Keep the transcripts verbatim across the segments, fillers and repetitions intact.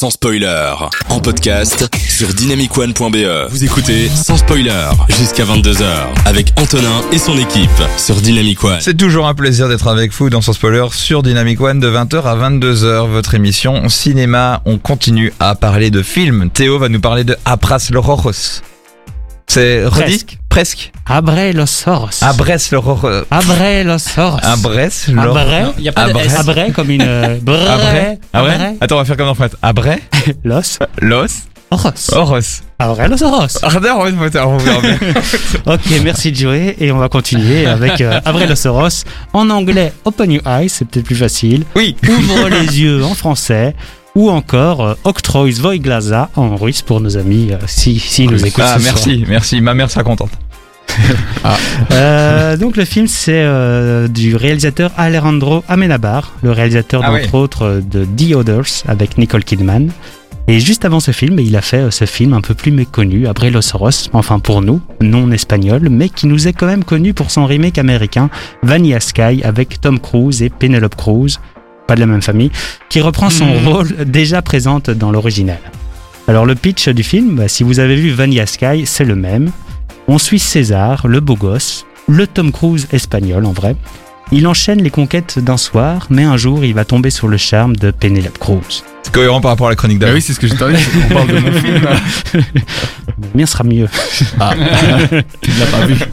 sans spoiler. En podcast sur dynamic one point b e. Vous écoutez Sans spoiler jusqu'à vingt-deux heures avec Antonin et son équipe sur Dynamic One. C'est toujours un plaisir d'être avec vous dans Sans spoiler sur Dynamic One de vingt heures à vingt-deux heures. Votre émission cinéma. On continue à parler de films. Théo va nous parler de Abras los Rojos. C'est redit Presque. Presque. Abre los oros. Abres los Rojos. Abre los oros. Abres los Abre. Il n'y a pas de Abre. S. Abre comme une. euh, brrr. Abre. Ah ouais. Abre. Attends, on va faire comme dans French. Abre Los los oros. Oros. Abre los oros. Ah, d'accord, on va on verra bien. Ok, merci Joey. Et on va continuer avec euh, Abre los oros. En anglais, Open Your Eyes, c'est peut-être plus facile. Oui. Ouvre les yeux en français. Ou encore euh, Oktroy Svojglaza en russe pour nos amis euh, si, si nous écoutent Ah, ce merci, soir. merci. Ma mère sera contente. Euh, donc le film c'est euh, du réalisateur Alejandro Amenábar, le réalisateur Ah d'entre oui. autres euh, de The Others avec Nicole Kidman. Et juste avant ce film, il a fait euh, ce film un peu plus méconnu, Abre los oros, enfin pour nous, non espagnol, mais qui nous est quand même connu pour son remake américain Vanilla Sky avec Tom Cruise et Penelope Cruz, pas de la même famille, qui reprend son Mmh. rôle déjà présente dans l'original. Alors le pitch du film, bah, si vous avez vu Vanilla Sky, c'est le même. On suit César, le beau gosse, le Tom Cruise espagnol en vrai. Il enchaîne les conquêtes d'un soir, mais un jour il va tomber sur le charme de Penelope Cruz. C'est cohérent par rapport à la chronique Bah d'avant. oui, c'est ce que je t'en dis. On parle de mon film. Le mien sera mieux. Ah, tu ne l'as pas vu.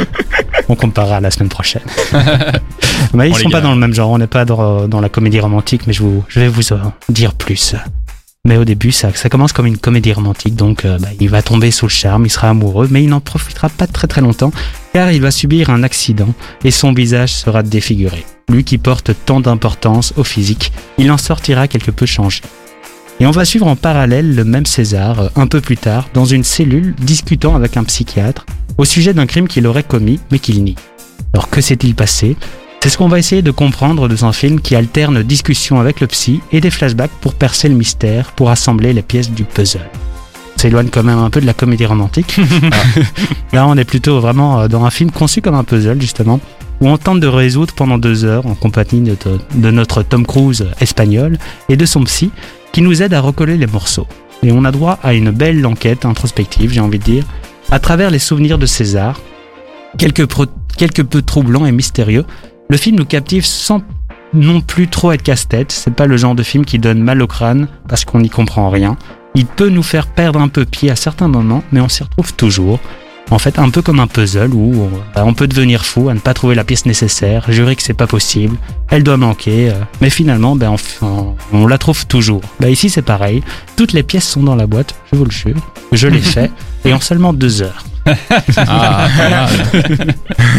On comparera la semaine prochaine. Mais ils On sont les pas gars. dans le même genre, on n'est pas dans, dans la comédie romantique, mais je, vous, je vais vous en dire plus. Mais au début, ça, ça commence comme une comédie romantique, donc euh, bah, il va tomber sous le charme, il sera amoureux, mais il n'en profitera pas très très longtemps, car il va subir un accident et son visage sera défiguré. Lui qui porte tant d'importance au physique, il en sortira quelque peu changé. Et on va suivre en parallèle le même César, euh, un peu plus tard, dans une cellule, discutant avec un psychiatre au sujet d'un crime qu'il aurait commis, mais qu'il nie. Alors que s'est-il passé ? C'est ce qu'on va essayer de comprendre dans un film qui alterne discussion avec le psy et des flashbacks pour percer le mystère, pour assembler les pièces du puzzle. On s'éloigne quand même un peu de la comédie romantique. Là, on est plutôt vraiment euh, dans un film conçu comme un puzzle, justement, où on tente de résoudre pendant deux heures en compagnie de, de notre Tom Cruise espagnol et de son psy, qui nous aide à recoller les morceaux. Et on a droit à une belle enquête introspective, j'ai envie de dire, à travers les souvenirs de César, quelque, pro- quelque peu troublants et mystérieux. Le film nous captive sans non plus trop être casse-tête. C'est pas le genre de film qui donne mal au crâne parce qu'on n'y comprend rien. Il peut nous faire perdre un peu pied à certains moments, mais on s'y retrouve toujours. En fait, un peu comme un puzzle où on, bah, on peut devenir fou à ne pas trouver la pièce nécessaire, jurer que c'est pas possible, elle doit manquer, euh, mais finalement, ben, on, on, on la trouve toujours. Bah, ici, c'est pareil. Toutes les pièces sont dans la boîte, je vous le jure. Je l'ai fait, et en seulement deux heures. Ah, pas mal.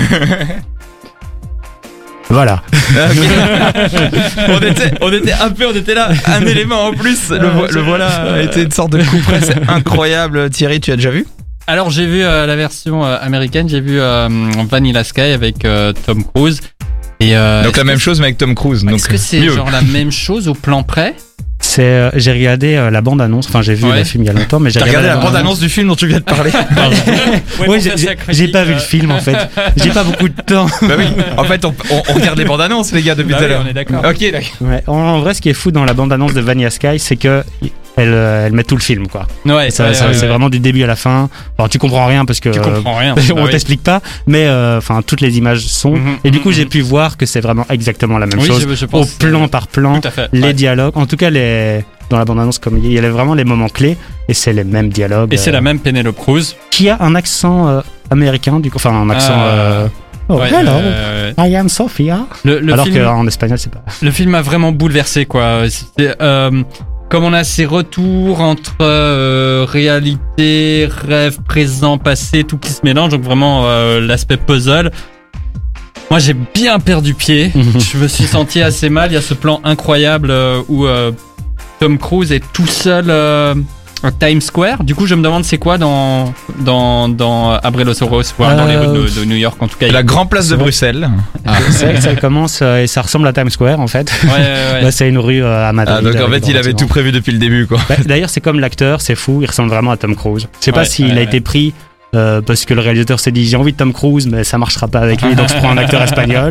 Voilà. on, était, on était un peu, on était là, un élément en plus. Le, vo- le voilà a été une sorte de coup près, c'est incroyable. Thierry, tu as déjà vu ? Alors j'ai vu euh, la version euh, américaine, j'ai vu euh, Vanilla Sky avec euh, Tom Cruise. Et, euh, Donc la même chose mais avec Tom Cruise. Donc est-ce que c'est mieux. genre la même chose au plan près? C'est, euh, j'ai regardé euh, la bande-annonce, enfin j'ai vu Ouais. le film il y a longtemps, mais j'ai T'as regardé la bande-annonce. bande-annonce du film dont tu viens de parler ? Ouais, j'ai, j'ai, j'ai pas vu le film en fait. J'ai pas beaucoup de temps. Bah oui, en fait on, on, on regarde les bandes annonces les gars depuis Bah tout à oui, l'heure. on est d'accord. Ok, d'accord. Ouais, en, en vrai, ce qui est fou dans la bande-annonce de Vanilla Sky, c'est que elle, euh, elle met tout le film, quoi. Ouais, Ça, ouais, ça- ouais, c'est ouais. vraiment du début à la fin. Alors tu comprends rien parce que Tu comprends rien. euh, on Bah oui. t'explique pas, mais euh, enfin toutes les images sont. Mhm, Et du coup, mhm, j'ai mhm. pu voir que c'est vraiment exactement la même Oui, chose je, je au pense. plan par plan. Tout à fait. Les ouais. dialogues, en tout cas les dans la bande-annonce, comme il y a vraiment les moments clés et c'est les mêmes dialogues. Et c'est euh, la même Penelope Cruz. qui a un accent euh, américain, du coup, enfin un accent. Ah. euh, Oh, Ouais, hello, euh, I am Sophia. le, le Alors film, qu'en espagnol, c'est pas. le film m'a vraiment bouleversé, quoi. C'était, euh, comme on a ces retours entre euh, réalité, rêve, présent, passé, tout qui se mélange, donc vraiment euh, l'aspect puzzle. Moi, j'ai bien perdu pied. Je me suis senti assez mal. Il y a ce plan incroyable euh, où euh, Tom Cruise est tout seul euh, à Times Square. Du coup, je me demande c'est quoi dans dans dans Abre los oros, voire dans les Euh, rues de, de New York en tout cas. La grande place de Ouais. Bruxelles. C'est vrai que ça commence euh, et ça ressemble à Times Square en fait. Ouais, ouais, ouais. Bah, c'est une rue euh, à Madrid. Ah, donc en avec fait il des avait bâtiments. tout prévu depuis le début quoi. Bah, d'ailleurs, c'est comme l'acteur, c'est fou, il ressemble vraiment à Tom Cruise. Je sais pas Ouais, s'il ouais, a ouais. été pris euh, parce que le réalisateur s'est dit j'ai envie de Tom Cruise, mais ça marchera pas avec lui, donc je prends un acteur espagnol.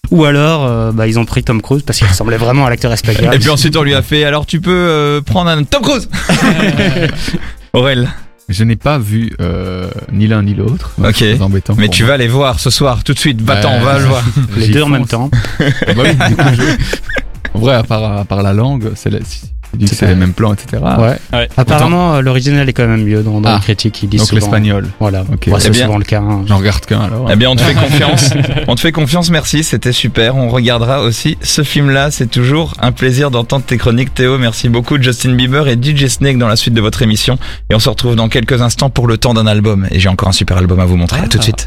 Ou alors, euh, bah, ils ont pris Tom Cruise parce qu'il ressemblait vraiment à l'acteur espagnol. Et puis ensuite on lui a fait, alors tu peux euh, prendre un Tom Cruise. Aurel. Je n'ai pas vu euh, ni l'un ni l'autre. donc Ok. c'est embêtant Mais pour tu moi. vas les voir ce soir, tout de suite. Va-t'en, Ouais. on va le voir. Les J'y deux en fonce. même temps. Bah oui, du coup, je- En vrai, à part, à part la langue, c'est la- si- tu dis que C'est c'est pas- les mêmes plans, et cetera. Ouais. Ouais. Apparemment, euh, l'original est quand même mieux dans, dans Ah. les critiques. Ils disent Donc souvent. l'espagnol. Voilà. Ok. Bon, c'est Eh bien. souvent le cas. hein. J'en regarde qu'un alors. Eh bien, on te fait confiance. On te fait confiance, merci, c'était super. On regardera aussi ce film-là. C'est toujours un plaisir d'entendre tes chroniques, Théo. Merci beaucoup, Justin Bieber et D J Snake dans la suite de votre émission. Et on se retrouve dans quelques instants pour le temps d'un album. Et j'ai encore un super album à vous montrer. À tout de suite.